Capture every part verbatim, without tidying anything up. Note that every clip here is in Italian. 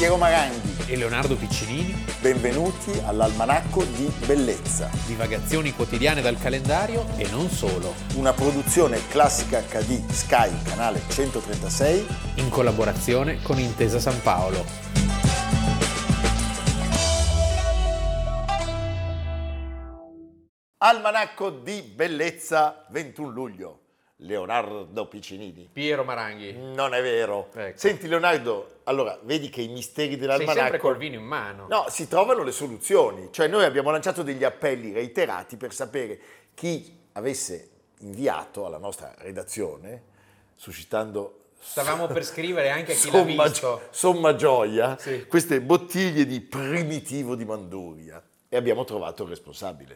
Piero Maranghi e Leonardo Piccinini. Benvenuti all'Almanacco di Bellezza. Divagazioni quotidiane dal calendario e non solo. Una produzione Classica acca di Sky, canale centotrentasei. In collaborazione con Intesa San Paolo. Almanacco di Bellezza, ventuno luglio. Leonardo Piccinini. Piero Maranghi. Non è vero. Ecco. Senti Leonardo, allora vedi che i misteri dell'almanacco... Sei sempre col vino in mano. No, si trovano le soluzioni. Cioè noi abbiamo lanciato degli appelli reiterati per sapere chi avesse inviato alla nostra redazione, suscitando... Stavamo per scrivere anche a chi l'ha visto. Somma gioia, sì. Queste bottiglie di primitivo di Manduria. E abbiamo trovato il responsabile.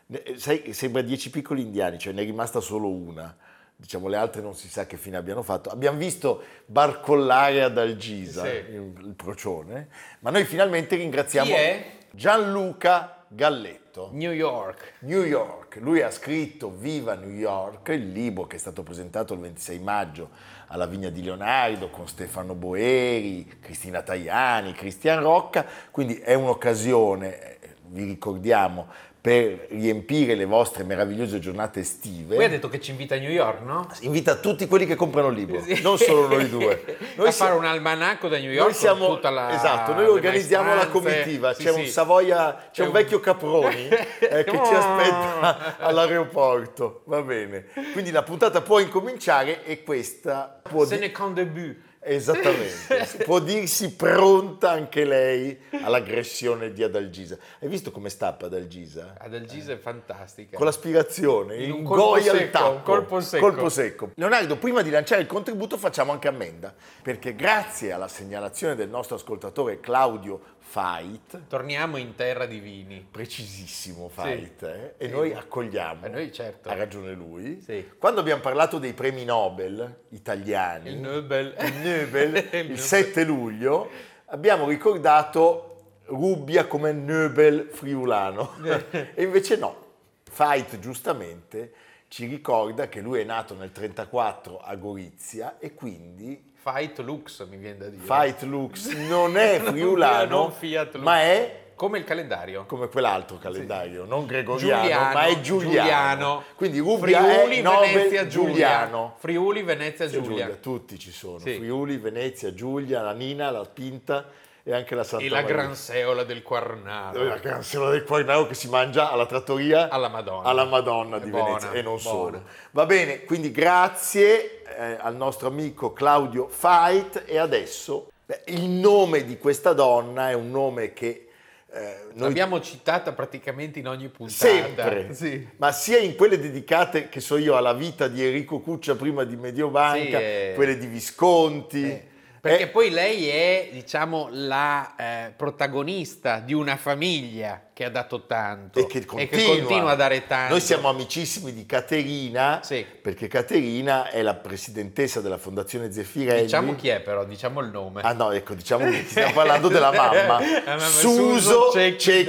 Sai, sembra dieci piccoli indiani, cioè ne è rimasta solo una. Diciamo, le altre non si sa che fine abbiano fatto. Abbiamo visto barcollare ad Algisa, sì. il, il procione, ma noi finalmente ringraziamo Chi è? Gianluca Galletto. New York. New York. Lui ha scritto Viva New York, il libro che è stato presentato il ventisei maggio alla Vigna di Leonardo con Stefano Boeri, Cristina Tajani, Cristian Rocca, quindi è un'occasione, vi ricordiamo, per riempire le vostre meravigliose giornate estive. Poi ha detto che ci invita a New York, no? Invita tutti quelli che comprano il libro, sì. non solo noi due. Noi a siamo, fare un almanacco da New York noi siamo, con tutta la... Esatto, noi organizziamo la comitiva, sì, c'è sì. un Savoia, c'è, c'è un, un vecchio Caproni eh, che ci aspetta all'aeroporto, va bene. Quindi la puntata può incominciare e questa può... Se ne con debut. Esattamente, può dirsi pronta anche lei all'aggressione di Adalgisa. Hai visto come sta Adalgisa? Adalgisa eh. è fantastica. Con l'aspirazione, in un ingoia secco, il tappo. Colpo secco. Colpo secco. Leonardo, prima di lanciare il contributo facciamo anche ammenda, perché grazie alla segnalazione del nostro ascoltatore Claudio Fait, torniamo in terra di vini. Precisissimo Fait, sì. eh? E sì. noi accogliamo. E noi certo. Ha ragione lui. Sì. Quando abbiamo parlato dei premi Nobel italiani, il Nobel, il, Nobel, il sette luglio, abbiamo ricordato Rubbia come Nobel friulano. E invece no, Fait giustamente ci ricorda che lui è nato nel trentaquattro a Gorizia e quindi... Fight Lux mi viene da dire. Fight Lux non è friulano, non Fiat Lux. ma è... Come il calendario. Come quell'altro calendario, sì. Non gregoriano, Giuliano, ma è giuliano. Giuliano. Quindi Rubbia Friuli, è Nobel Venezia, Giuliano. Friuli, Venezia, Giulia. Giulia. Tutti ci sono. Sì. Friuli, Venezia, Giulia, la Nina, la Pinta e anche la Santa E la Maria. Gran Seola del Quarnaro. La Gran Seola del Quarnaro che si mangia alla trattoria. Alla Madonna. Alla Madonna di buona, Venezia e non buona. solo. Va bene, quindi grazie eh, al nostro amico Claudio Fait e adesso beh, il nome di questa donna è un nome che Eh, noi... L'abbiamo citata praticamente in ogni puntata. Sempre, sì. Ma sia in quelle dedicate, che so io, alla vita di Enrico Cuccia prima di Mediobanca, sì, eh... quelle di Visconti. Eh. Perché eh... poi lei è, diciamo, la eh, protagonista di una famiglia che ha dato tanto e che continua, e che continua a dare tanto. Noi siamo amicissimi di Caterina, sì. Perché Caterina è la presidentessa della Fondazione Zeffirelli. Diciamo chi è però, diciamo il nome. Ah no, ecco, diciamo che stiamo parlando della mamma. Suso Cecchi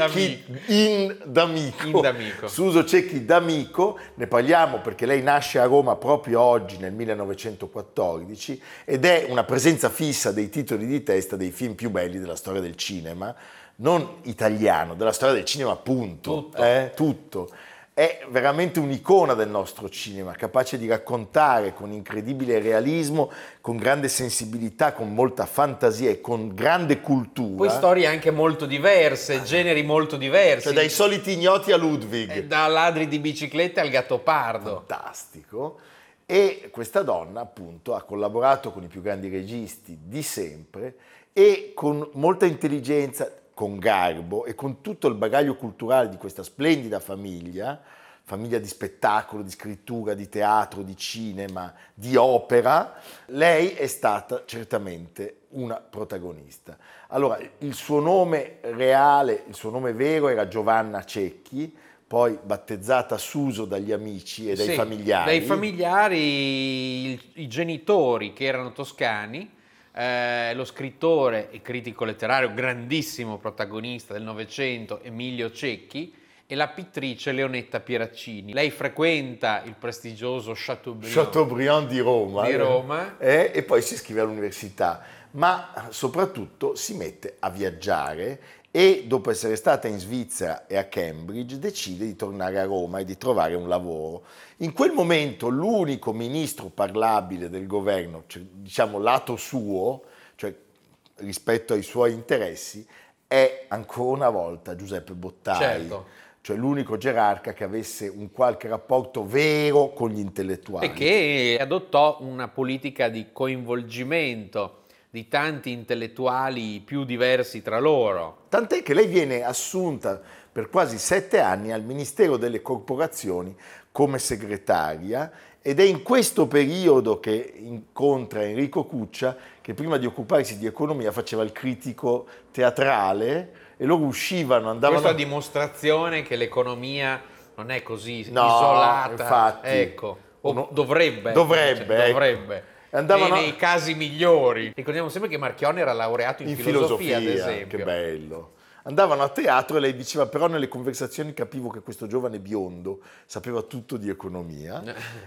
in D'Amico. In D'Amico. Suso Cecchi D'Amico, ne parliamo perché lei nasce a Roma proprio oggi nel millenovecentoquattordici ed è una presenza fissa dei titoli di testa dei film più belli della storia del cinema. Non italiano, della storia del cinema appunto, tutto. Eh, tutto. È veramente un'icona del nostro cinema, capace di raccontare con incredibile realismo, con grande sensibilità, con molta fantasia e con grande cultura. Poi storie anche molto diverse, ah. generi molto diversi. Cioè dai soliti ignoti a Ludwig. Eh, da Ladri di biciclette al Gattopardo. Fantastico. E questa donna appunto ha collaborato con i più grandi registi di sempre e con molta intelligenza, con garbo e con tutto il bagaglio culturale di questa splendida famiglia, famiglia di spettacolo, di scrittura, di teatro, di cinema, di opera, lei è stata certamente una protagonista. Allora, il suo nome reale, il suo nome vero era Giovanna Cecchi, poi battezzata Suso dagli amici e dai sì, familiari. Dai familiari, i, i genitori che erano toscani, Eh, lo scrittore e critico letterario, grandissimo protagonista del Novecento, Emilio Cecchi, e la pittrice Leonetta Pieraccini. Lei frequenta il prestigioso Chateaubriand, Chateaubriand di Roma, di Roma. Eh, e poi si iscrive all'università, ma soprattutto si mette a viaggiare e dopo essere stata in Svizzera e a Cambridge decide di tornare a Roma e di trovare un lavoro. In quel momento l'unico ministro parlabile del governo, cioè, diciamo lato suo, cioè rispetto ai suoi interessi, è ancora una volta Giuseppe Bottai. Certo. Cioè l'unico gerarca che avesse un qualche rapporto vero con gli intellettuali. E che adottò una politica di coinvolgimento di tanti intellettuali più diversi tra loro. Tant'è che lei viene assunta per quasi sette anni al Ministero delle Corporazioni come segretaria ed è in questo periodo che incontra Enrico Cuccia, che prima di occuparsi di economia faceva il critico teatrale e loro uscivano, andavano... Questa è dimostrazione che l'economia non è così no, isolata, infatti, ecco, o uno... dovrebbe, dovrebbe, cioè, ecco. dovrebbe. Andavano... Nei, nei casi migliori. Ricordiamo sempre che Marchionne era laureato in, in filosofia, filosofia, ad esempio. Che bello. Andavano a teatro e lei diceva, però nelle conversazioni capivo che questo giovane biondo sapeva tutto di economia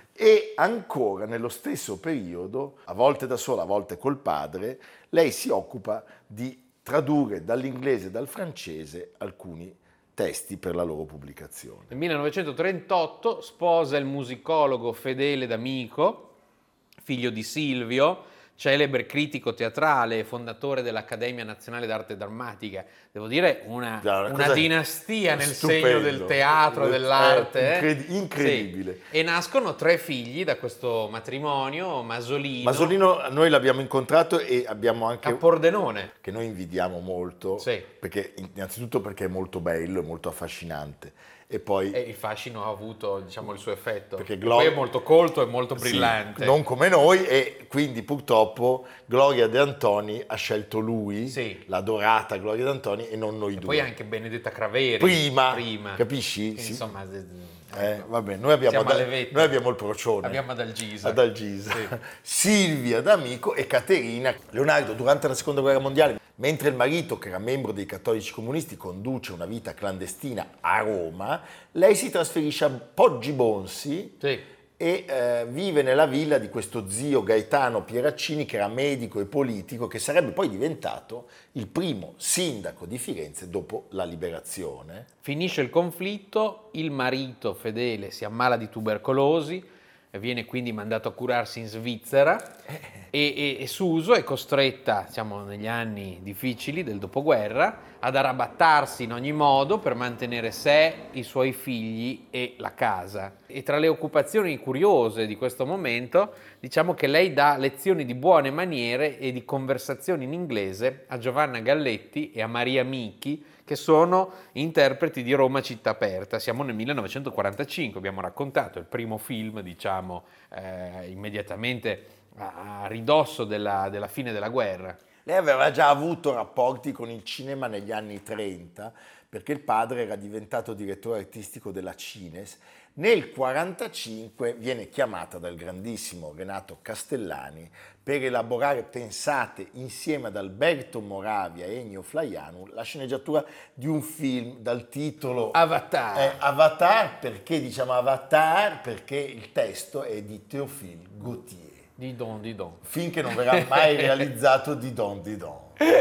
e ancora nello stesso periodo, a volte da sola, a volte col padre, lei si occupa di tradurre dall'inglese e dal francese alcuni testi per la loro pubblicazione. Nel millenovecentotrentotto sposa il musicologo Fedele D'Amico, figlio di Silvio, celebre critico teatrale e fondatore dell'Accademia Nazionale d'Arte Drammatica. Devo dire una, Una una dinastia nel stupendo. segno del teatro, Eh, dell'arte. incred- incredibile. Sì. E nascono tre figli da questo matrimonio, Masolino. Masolino noi l'abbiamo incontrato e abbiamo anche... a Pordenone. Che noi invidiamo molto, Sì. perché, innanzitutto perché è molto bello e molto affascinante. E poi E il fascino ha avuto, diciamo, il suo effetto. Perché E Glo- poi è molto colto e molto sì, brillante. non come noi, e quindi purtroppo Gloria De Antoni ha scelto lui, Sì. l'adorata Gloria De Antoni, e non noi E due. poi anche Benedetta Craveri. Prima, Prima. capisci? Quindi, Sì. insomma, Eh, ecco. vabbè, noi abbiamo, Siamo Ad- alle vette. noi abbiamo il procione. Abbiamo Adalgisa. Adalgisa. Sì. Silvia D'Amico e Caterina. Leonardo, durante la seconda guerra mondiale, mentre il marito, che era membro dei cattolici comunisti, conduce una vita clandestina a Roma, lei si trasferisce a Poggi Bonsi Sì. e eh, vive nella villa di questo zio Gaetano Pieraccini, che era medico e politico, che sarebbe poi diventato il primo sindaco di Firenze dopo la liberazione. Finisce il conflitto, il marito Fedele si ammala di tubercolosi e viene quindi mandato a curarsi in Svizzera e, e, e Suso è costretta, siamo negli anni difficili del dopoguerra, ad arrabattarsi in ogni modo per mantenere sé, i suoi figli e la casa. E tra le occupazioni curiose di questo momento, diciamo che lei dà lezioni di buone maniere e di conversazioni in inglese a Giovanna Galletti e a Maria Michi, che sono interpreti di Roma città aperta. Siamo nel millenovecentoquarantacinque, abbiamo raccontato il primo film, diciamo, eh, immediatamente a, a ridosso della, della fine della guerra. Lei aveva già avuto rapporti con il cinema negli anni trenta, perché il padre era diventato direttore artistico della Cines. Nel quarantacinque viene chiamata dal grandissimo Renato Castellani per elaborare, pensate, insieme ad Alberto Moravia e Ennio Flaiano, la sceneggiatura di un film dal titolo Avatar. Eh, Avatar, perché diciamo Avatar? Perché il testo è di Théophile Gautier. Didon, didon. Film che non verrà mai realizzato di Don di Don.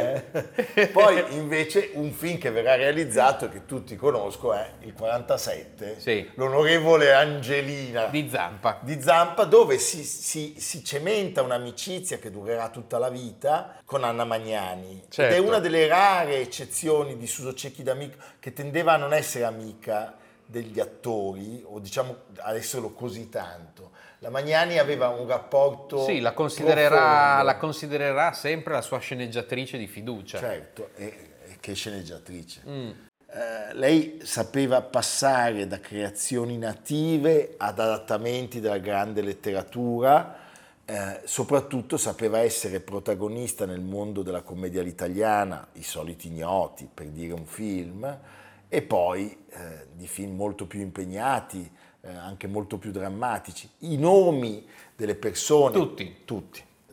Eh? Poi invece un film che verrà realizzato, che tutti conosco, è il quarantasette, Sì. L'onorevole Angelina Di Zampa. di Zampa, dove si, si, si cementa un'amicizia che durerà tutta la vita con Anna Magnani. Certo. Ed è una delle rare eccezioni di Suso Cecchi D'Amico, che tendeva a non essere amica degli attori, o diciamo ad esserlo così tanto. La Magnani aveva un rapporto Sì, la considererà, profondo. la considererà sempre la sua sceneggiatrice di fiducia. Certo, e, e che sceneggiatrice. Mm. Eh, lei sapeva passare da creazioni native ad adattamenti della grande letteratura, eh, soprattutto sapeva essere protagonista nel mondo della commedia all'italiana, I soliti ignoti, per dire un film, e poi eh, di film molto più impegnati, eh, anche molto più drammatici. I nomi delle persone, Tutti. tutti,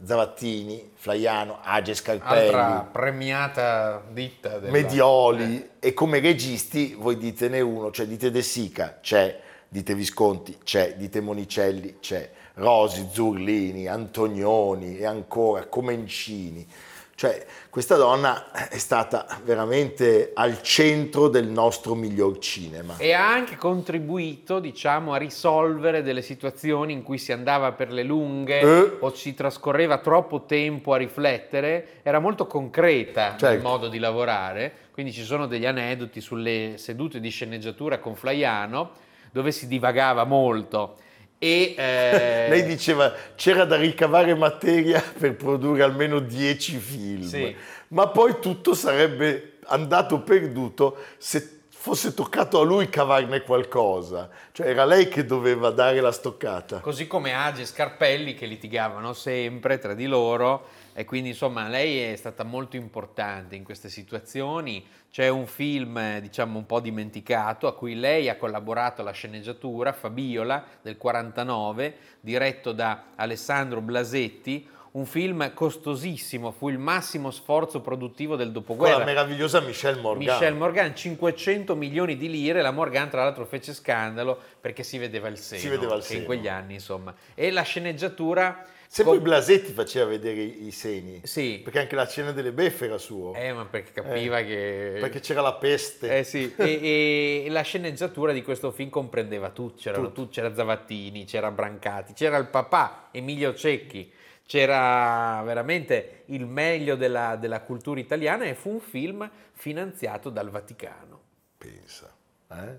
Zavattini, Flaiano, Age Scarpelli, altra premiata ditta della... Medioli, eh. e come registi voi ditene uno, cioè dite De Sica, c'è, dite Visconti, c'è, dite Monicelli, c'è, Rosi, Zurlini, Antonioni e ancora Comencini. Cioè, questa donna è stata veramente al centro del nostro miglior cinema. E ha anche contribuito, diciamo, a risolvere delle situazioni in cui si andava per le lunghe Eh. o si trascorreva troppo tempo a riflettere. Era molto concreta Certo. nel modo di lavorare, quindi ci sono degli aneddoti sulle sedute di sceneggiatura con Flaiano, dove si divagava molto. E, eh... Lei diceva c'era da ricavare materia per produrre almeno dieci film, sì. ma poi tutto sarebbe andato perduto se fosse toccato a lui cavarne qualcosa, cioè era lei che doveva dare la stoccata. Così come Age e Scarpelli che litigavano sempre tra di loro, e quindi insomma lei è stata molto importante in queste situazioni. C'è un film, diciamo, un po' dimenticato a cui lei ha collaborato alla sceneggiatura, Fabiola, del quarantanove, diretto da Alessandro Blasetti, un film costosissimo, fu il massimo sforzo produttivo del dopoguerra. Con la meravigliosa Michel Morgan. Michel Morgan, cinquecento milioni di lire, la Morgan tra l'altro fece scandalo perché si vedeva il seno, si vedeva il che seno. in quegli anni insomma. E la sceneggiatura... Se com- poi Blasetti faceva vedere i, i seni, Sì. perché anche la cena delle beffe era suo. Eh, ma perché capiva Eh, che... Perché c'era la peste. Eh sì, e, e la sceneggiatura di questo film comprendeva tutto, c'erano Tutto. tutti, c'era Zavattini, c'era Brancati, c'era il papà, Emilio Cecchi, c'era veramente il meglio della, della cultura italiana, e fu un film finanziato dal Vaticano. Pensa. Eh?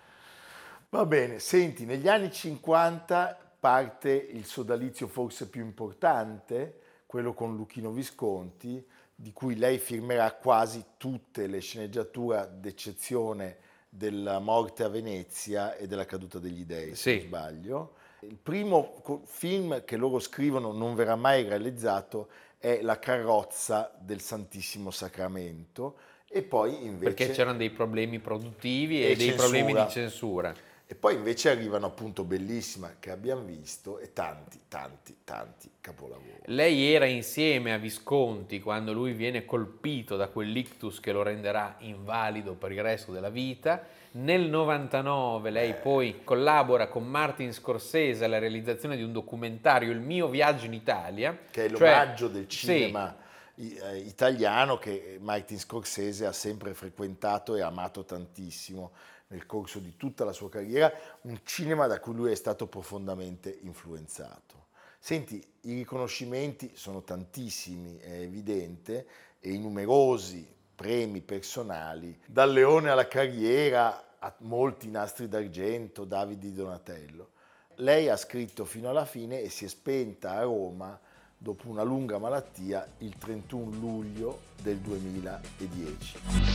Va bene, senti, negli anni cinquanta parte il sodalizio forse più importante, quello con Luchino Visconti, di cui lei firmerà quasi tutte le sceneggiature, ad eccezione della morte a Venezia e della caduta degli dei, se Sì. non sbaglio. Il primo co- film che loro scrivono non verrà mai realizzato è La carrozza del Santissimo Sacramento, e poi invece... Perché c'erano dei problemi produttivi e, E dei censura. problemi di censura. E poi invece arrivano appunto Bellissima, che abbiamo visto, e tanti, tanti, tanti capolavori. Lei era insieme a Visconti quando lui viene colpito da quell'ictus che lo renderà invalido per il resto della vita. Nel novantanove lei Eh. poi collabora con Martin Scorsese alla realizzazione di un documentario, Il mio viaggio in Italia. Che è cioè- l'omaggio del sì, cinema i- eh, italiano che Martin Scorsese ha sempre frequentato e amato tantissimo nel corso di tutta la sua carriera, un cinema da cui lui è stato profondamente influenzato. Senti, i riconoscimenti sono tantissimi, è evidente, e i numerosi premi personali, dal Leone alla Carriera a molti nastri d'argento, Davide di Donatello. Lei ha scritto fino alla fine e si è spenta a Roma dopo una lunga malattia il trentuno luglio del duemiladieci.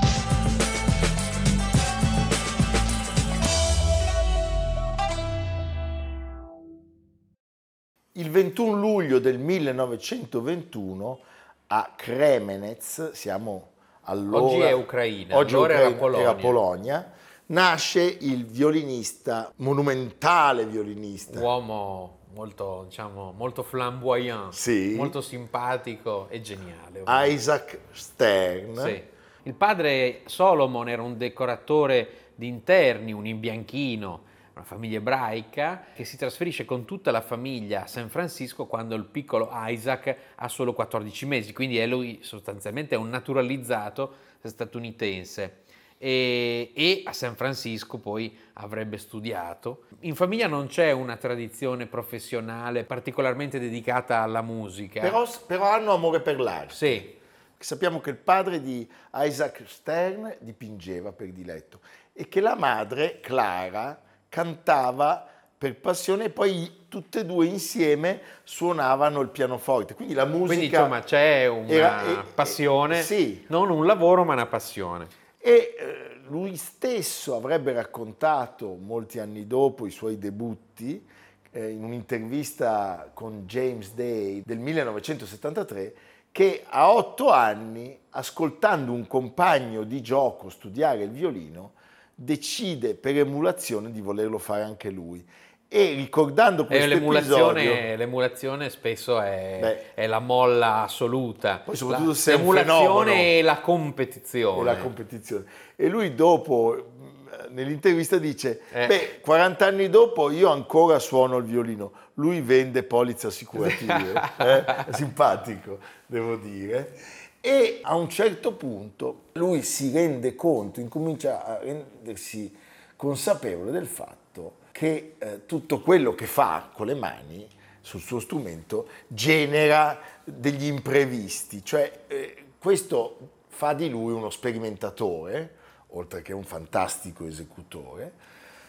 Il ventuno luglio del millenovecentoventuno a Kremenec, siamo allora... Oggi è Ucraina, oggi allora era Ucraina, Polonia. era Polonia, nasce il violinista, monumentale violinista. uomo molto, diciamo, molto flamboyant, Sì. molto simpatico e geniale. ovviamente. Isaac Stern. Sì. Il padre Solomon era un decoratore di interni, un imbianchino, una famiglia ebraica, che si trasferisce con tutta la famiglia a San Francisco quando il piccolo Isaac ha solo quattordici mesi, quindi è lui sostanzialmente è un naturalizzato statunitense. E, e a San Francisco poi avrebbe studiato. In famiglia non c'è una tradizione professionale particolarmente dedicata alla musica. Però, però hanno amore per l'arte. Sì. Sappiamo che il padre di Isaac Stern dipingeva per diletto e che la madre, Clara, cantava per passione, e poi tutte e due insieme suonavano il pianoforte. Quindi la musica... Quindi insomma c'è una era- e- passione, e- sì. non un lavoro ma una passione. E eh, lui stesso avrebbe raccontato molti anni dopo i suoi debutti eh, in un'intervista con James Day del millenovecentosettantatré, che a otto anni, ascoltando un compagno di gioco studiare il violino, decide per emulazione di volerlo fare anche lui. E ricordando questo l'emulazione, episodio, l'emulazione spesso è, Beh, è la molla assoluta. poi soprattutto La- se è un l'emulazione fenomeno. e la competizione. e la competizione. E lui dopo, mh, nell'intervista dice, Eh. beh, quaranta anni dopo io ancora suono il violino, lui vende polizze assicurative, eh? È simpatico, devo dire. E a un certo punto lui si rende conto, incomincia a rendersi consapevole del fatto che eh, tutto quello che fa con le mani sul suo strumento genera degli imprevisti, cioè eh, questo fa di lui uno sperimentatore, oltre che un fantastico esecutore.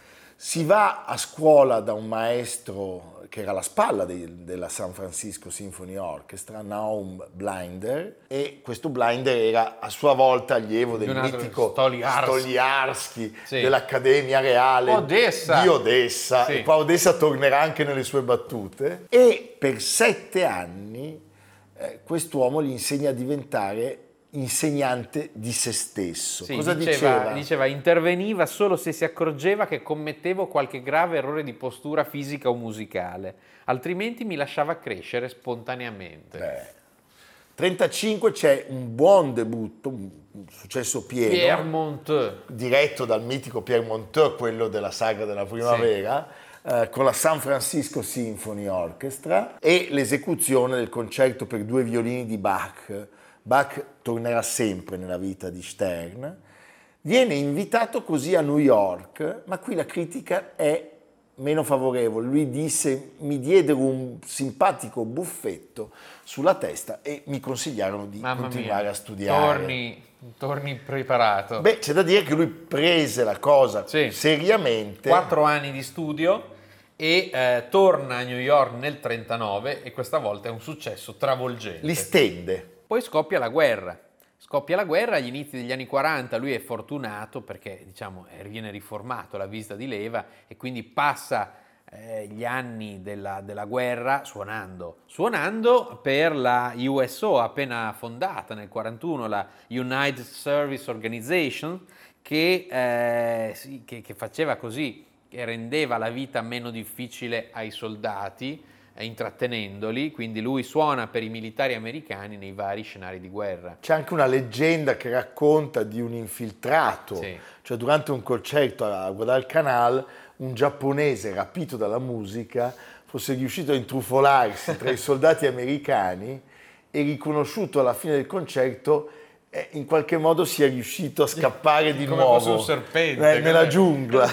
Si va a scuola da un maestro che era alla spalla de- della San Francisco Symphony Orchestra, Naum Blinder, e questo Blinder era a sua volta allievo del Di un altro mitico Stoliarsky. Stoliarsky, Sì. dell'Accademia Reale Odessa. di Odessa, Sì. e qua Odessa tornerà anche nelle sue battute, e per sette anni eh, quest'uomo gli insegna a diventare insegnante di se stesso. Sì, Cosa diceva, diceva? diceva, interveniva solo se si accorgeva che commettevo qualche grave errore di postura fisica o musicale, altrimenti mi lasciava crescere spontaneamente. Beh, trentacinque c'è un buon debutto, un successo pieno, Pierre Monteux. diretto dal mitico Pierre Monteux, quello della saga della primavera, eh, con la San Francisco Symphony Orchestra, e l'esecuzione del concerto per due violini di Bach. Bach tornerà sempre nella vita di Stern. Viene invitato così a New York, ma qui la critica è meno favorevole. Lui disse: mi diedero un simpatico buffetto sulla testa e mi consigliarono di Mamma continuare mia, a studiare. Torni, torni preparato. Beh, c'è da dire che lui prese la cosa Sì. seriamente. Quattro anni di studio e eh, torna a New York nel trentanove e questa volta è un successo travolgente. Li stende. Poi scoppia la guerra. Scoppia la guerra agli inizi degli anni quaranta, lui è fortunato perché diciamo viene riformato alla visita di leva e quindi passa eh, gli anni della, della guerra suonando. Suonando per la U S O appena fondata nel quarantuno, la United Service Organization, che, eh, sì, che, che faceva così, che rendeva la vita meno difficile ai soldati, intrattenendoli, quindi lui suona per i militari americani nei vari scenari di guerra. C'è anche una leggenda che racconta di un infiltrato, Sì. cioè durante un concerto a Guadalcanal un giapponese rapito dalla musica fosse riuscito a intrufolarsi tra i soldati americani e riconosciuto alla fine del concerto eh, in qualche modo sia riuscito a scappare di Come nuovo fosse un serpente, eh, nella come- giungla.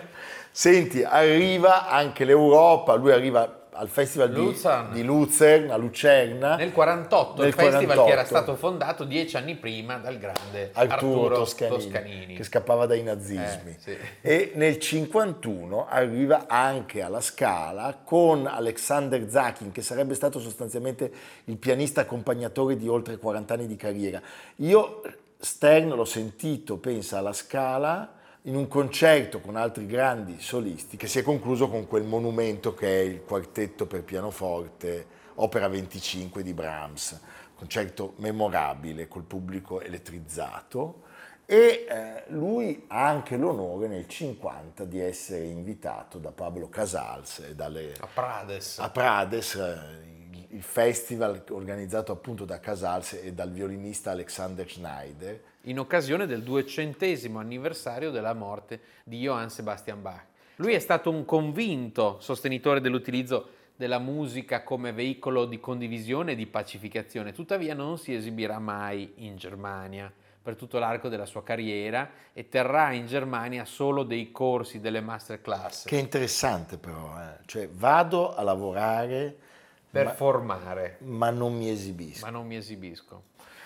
Senti, arriva anche l'Europa, lui arriva al festival di, Luzern. di Luzern, a Lucerna. Nel quarantotto, Nel il festival quarantotto. che era stato fondato dieci anni prima dal grande Arturo, Arturo Toscanini, Toscanini. che scappava dai nazismi. Eh, sì. E nel cinquantuno arriva anche alla Scala con Alexander Zakin, che sarebbe stato sostanzialmente il pianista accompagnatore di oltre quaranta anni di carriera. Io Stern l'ho sentito, pensa, alla Scala in un concerto con altri grandi solisti che si è concluso con quel monumento che è il quartetto per pianoforte opera venticinque di Brahms, concerto memorabile col pubblico elettrizzato, e eh, lui ha anche l'onore nel cinquanta di essere invitato da Pablo Casals e dalle, A Prades. a Prades, eh, il festival organizzato appunto da Casals e dal violinista Alexander Schneider. In occasione del duecentesimo anniversario della morte di Johann Sebastian Bach. Lui è stato un convinto sostenitore dell'utilizzo della musica come veicolo di condivisione e di pacificazione, tuttavia non si esibirà mai in Germania per tutto l'arco della sua carriera e terrà in Germania solo dei corsi, delle masterclass. Che è interessante però, eh. Cioè vado a lavorare per ma, formare, ma non mi esibisco. ma non mi esibisco.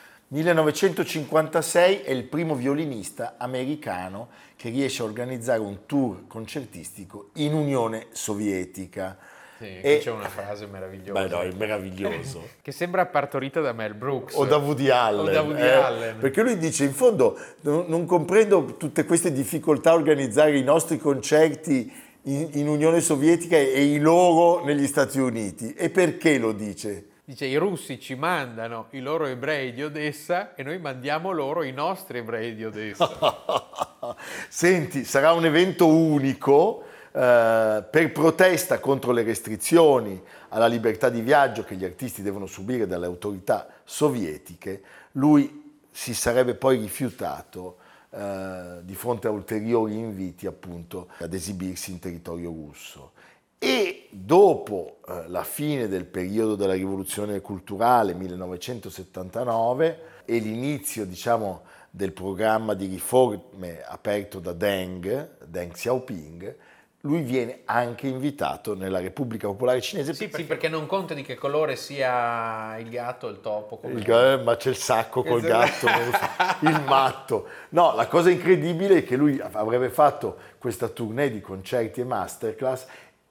millenovecentocinquantasei è il primo violinista americano che riesce a organizzare un tour concertistico in Unione Sovietica. Sì, E- c'è una frase meravigliosa. Beh, no, è meraviglioso. Che sembra partorita da Mel Brooks. O da Woody Allen. O da Woody eh, Allen. Perché lui dice, in fondo, non, non comprendo tutte queste difficoltà a organizzare i nostri concerti in, in Unione Sovietica e i loro negli Stati Uniti. E perché lo dice? Dice, i russi ci mandano i loro ebrei di Odessa e noi mandiamo loro i nostri ebrei di Odessa. Senti, sarà un evento unico, eh, per protesta contro le restrizioni alla libertà di viaggio che gli artisti devono subire dalle autorità sovietiche, lui si sarebbe poi rifiutato eh, di fronte a ulteriori inviti appunto ad esibirsi in territorio russo. E dopo eh, la fine del periodo della rivoluzione culturale, millenovecentosettantanove, e l'inizio, diciamo, del programma di riforme aperto da Deng, Deng Xiaoping, lui viene anche invitato nella Repubblica Popolare Cinese. Sì, perché, perché non conta di che colore sia il gatto, il topo. Come il, ma c'è il sacco col gatto, non lo so, il matto. No, la cosa incredibile è che lui avrebbe fatto questa tournée di concerti e masterclass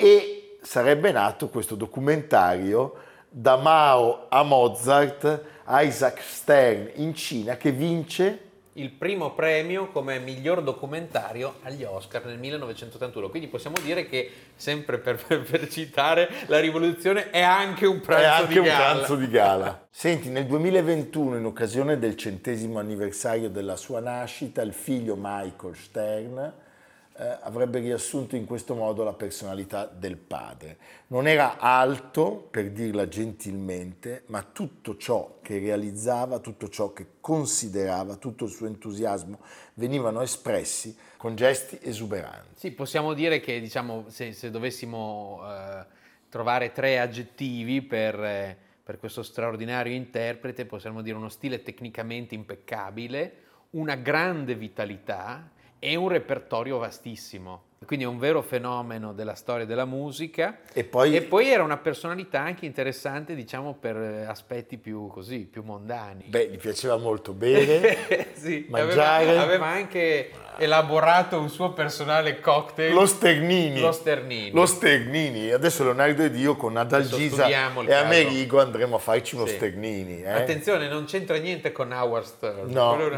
e sarebbe nato questo documentario Da Mao a Mozart, Isaac Stern in Cina, che vince il primo premio come miglior documentario agli Oscar nel millenovecentottantuno. Quindi possiamo dire che, sempre per, per, per citare, la rivoluzione è anche un pranzo, è anche di, un gala. pranzo di gala. Senti, nel duemilaventuno, in occasione del centesimo anniversario della sua nascita, il figlio Michael Stern eh, avrebbe riassunto in questo modo la personalità del padre. Non era alto, per dirla gentilmente, ma tutto ciò che realizzava, tutto ciò che considerava, tutto il suo entusiasmo venivano espressi con gesti esuberanti. Sì, possiamo dire che, diciamo, se, se dovessimo eh, trovare tre aggettivi per, eh, per questo straordinario interprete, possiamo dire uno stile tecnicamente impeccabile, una grande vitalità e un repertorio vastissimo. Quindi è un vero fenomeno della storia della musica. E poi, e poi era una personalità anche interessante, diciamo, per aspetti più così, più mondani. Beh, gli piaceva molto bere, sì, mangiare. Aveva, aveva anche elaborato un suo personale cocktail. Lo Sternini. Lo Sternini. Lo Sternini. Adesso Leonardo ed io con Adalgisa e caso. Amerigo andremo a farci uno sì. Sternini. Eh? Attenzione, non c'entra niente con Howard Stern. No, Quello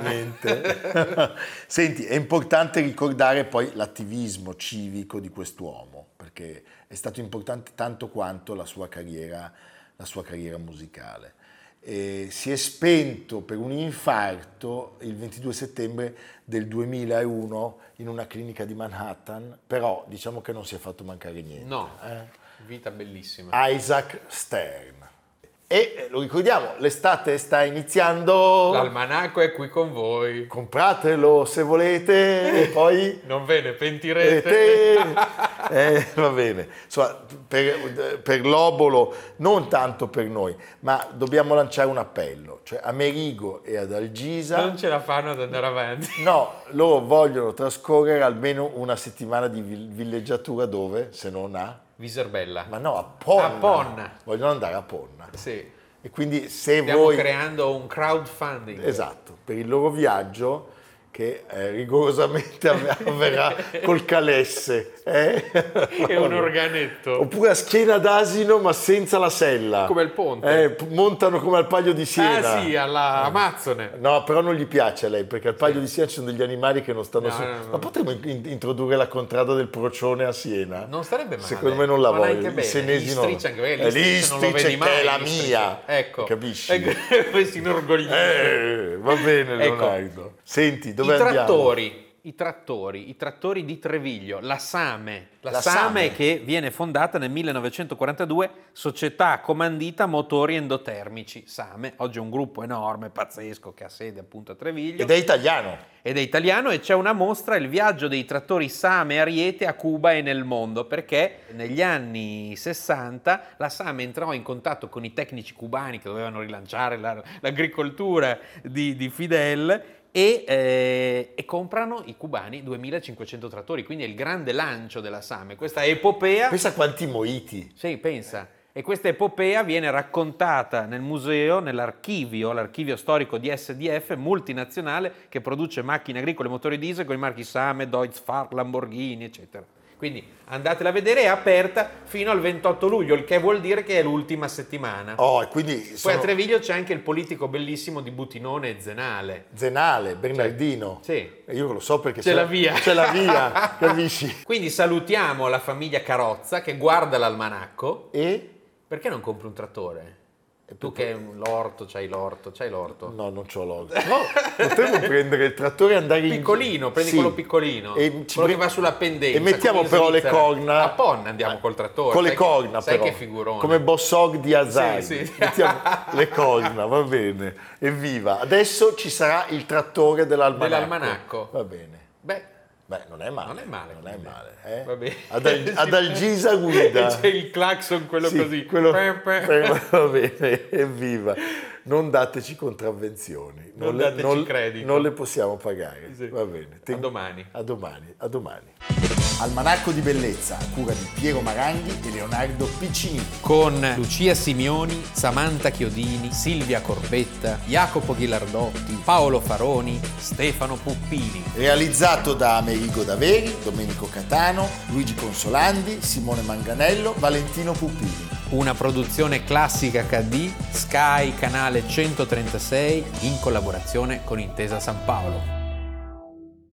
niente. Senti, è importante ricordare poi l'attivismo civico di quest'uomo, perché è stato importante tanto quanto la sua carriera, la sua carriera musicale. E si è spento per un infarto il ventidue settembre del duemilauno in una clinica di Manhattan, però diciamo che non si è fatto mancare niente. No, eh? Vita bellissima. Isaac Stern. E lo ricordiamo, l'estate sta iniziando. L'almanacco è qui con voi. Compratelo se volete e poi non ve ne pentirete. eh, va bene. Insomma, per, per l'obolo, non tanto per noi, ma dobbiamo lanciare un appello. Cioè Amerigo e Adalgisa non ce la fanno ad andare avanti. No, loro vogliono trascorrere almeno una settimana di villeggiatura dove, se non a Viserbella. Ma no, a Ponna. A Ponna. Vogliono andare a Ponna. Sì. E quindi se Stiamo voi... creando un crowdfunding. Esatto, per il loro viaggio che eh, rigorosamente avverrà col calesse. Eh? E un organetto. Oppure a schiena d'asino ma senza la sella. Come il ponte. Eh, montano come al Paglio di Siena. Ah sì, alla Amazzone. No, però non gli piace a lei, perché al Paglio sì. di Siena ci sono degli animali che non stanno no, su. No, no. Ma potremmo in- introdurre la contrada del procione a Siena? Non sarebbe male. Secondo me non la voglio. I senesi non... L'Istrice, anche perché l'Istrice non lo vedi mai. Che è la mia. Ecco. Capisci? E poi si inorgoglisce. Eh, va bene Leonardo. Ecco. Senti, dove I andiamo? Trattori. I trattori, i trattori di Treviglio, la SAME, la, la SAME, SAME che viene fondata nel millenovecentoquarantadue, Società Comandita Motori Endotermici, SAME, oggi è un gruppo enorme, pazzesco, che ha sede appunto a Treviglio. Ed è italiano. Ed è italiano e c'è una mostra, il viaggio dei trattori SAME Ariete a Cuba e nel mondo, perché negli anni sessanta la SAME entrò in contatto con i tecnici cubani che dovevano rilanciare la, l'agricoltura di, di Fidel, E, eh, e comprano i cubani duemilacinquecento trattori, quindi è il grande lancio della SAME, questa epopea. Pensa quanti moiti. Sì, pensa. E questa epopea viene raccontata nel museo, nell'archivio, l'archivio storico di S D F, multinazionale, che produce macchine agricole e motori diesel con i marchi SAME, Deutz-Fahr, Lamborghini, eccetera. Quindi andatela a vedere, è aperta fino al ventotto luglio, il che vuol dire che è l'ultima settimana. Oh, e quindi Poi sono... a Treviglio c'è anche il politico bellissimo di Butinone e Zenale. Zenale, Bernardino. Sì. Io lo so perché c'è, c'è la via. C'è la via, capisci? Quindi salutiamo la famiglia Carrozza che guarda l'almanacco. E? Perché non compri un trattore? Tu che l'orto, c'hai l'orto, c'hai l'orto? No, non c'ho l'orto. No, potremmo prendere il trattore e andare in... Piccolino, prendi sì. quello piccolino, E ci quello pre- che va sulla pendenza. E mettiamo però le corna... A Ponna andiamo col trattore. Con le sai corna che, sai però. che figurone. Come Bossog di Azai. Sì, sì. Mettiamo le corna, va bene. Evviva. Adesso ci sarà il trattore dell'almanacco. Dell'almanacco. Va bene. Beh, Beh, non è male. Non è male, Non è quindi. male. Eh? Va bene. Ad, Al- ad Algisa guida. C'è il clacson, quello Sì, così. quello- Pe, pe. Va bene, evviva. Non dateci contravvenzioni. Non le, dateci non- credito. non le possiamo pagare. Sì. Va bene. A domani. A domani. A domani. Almanacco di bellezza a cura di Piero Maranghi e Leonardo Piccini. Con Lucia Simioni, Samantha Chiodini, Silvia Corbetta, Jacopo Ghilardotti, Paolo Faroni, Stefano Puppini. Realizzato da Amerigo Daveri, Domenico Catano, Luigi Consolandi, Simone Manganello, Valentino Puppini. Una produzione Classica acca di, Sky canale centotrentasei in collaborazione con Intesa San Paolo.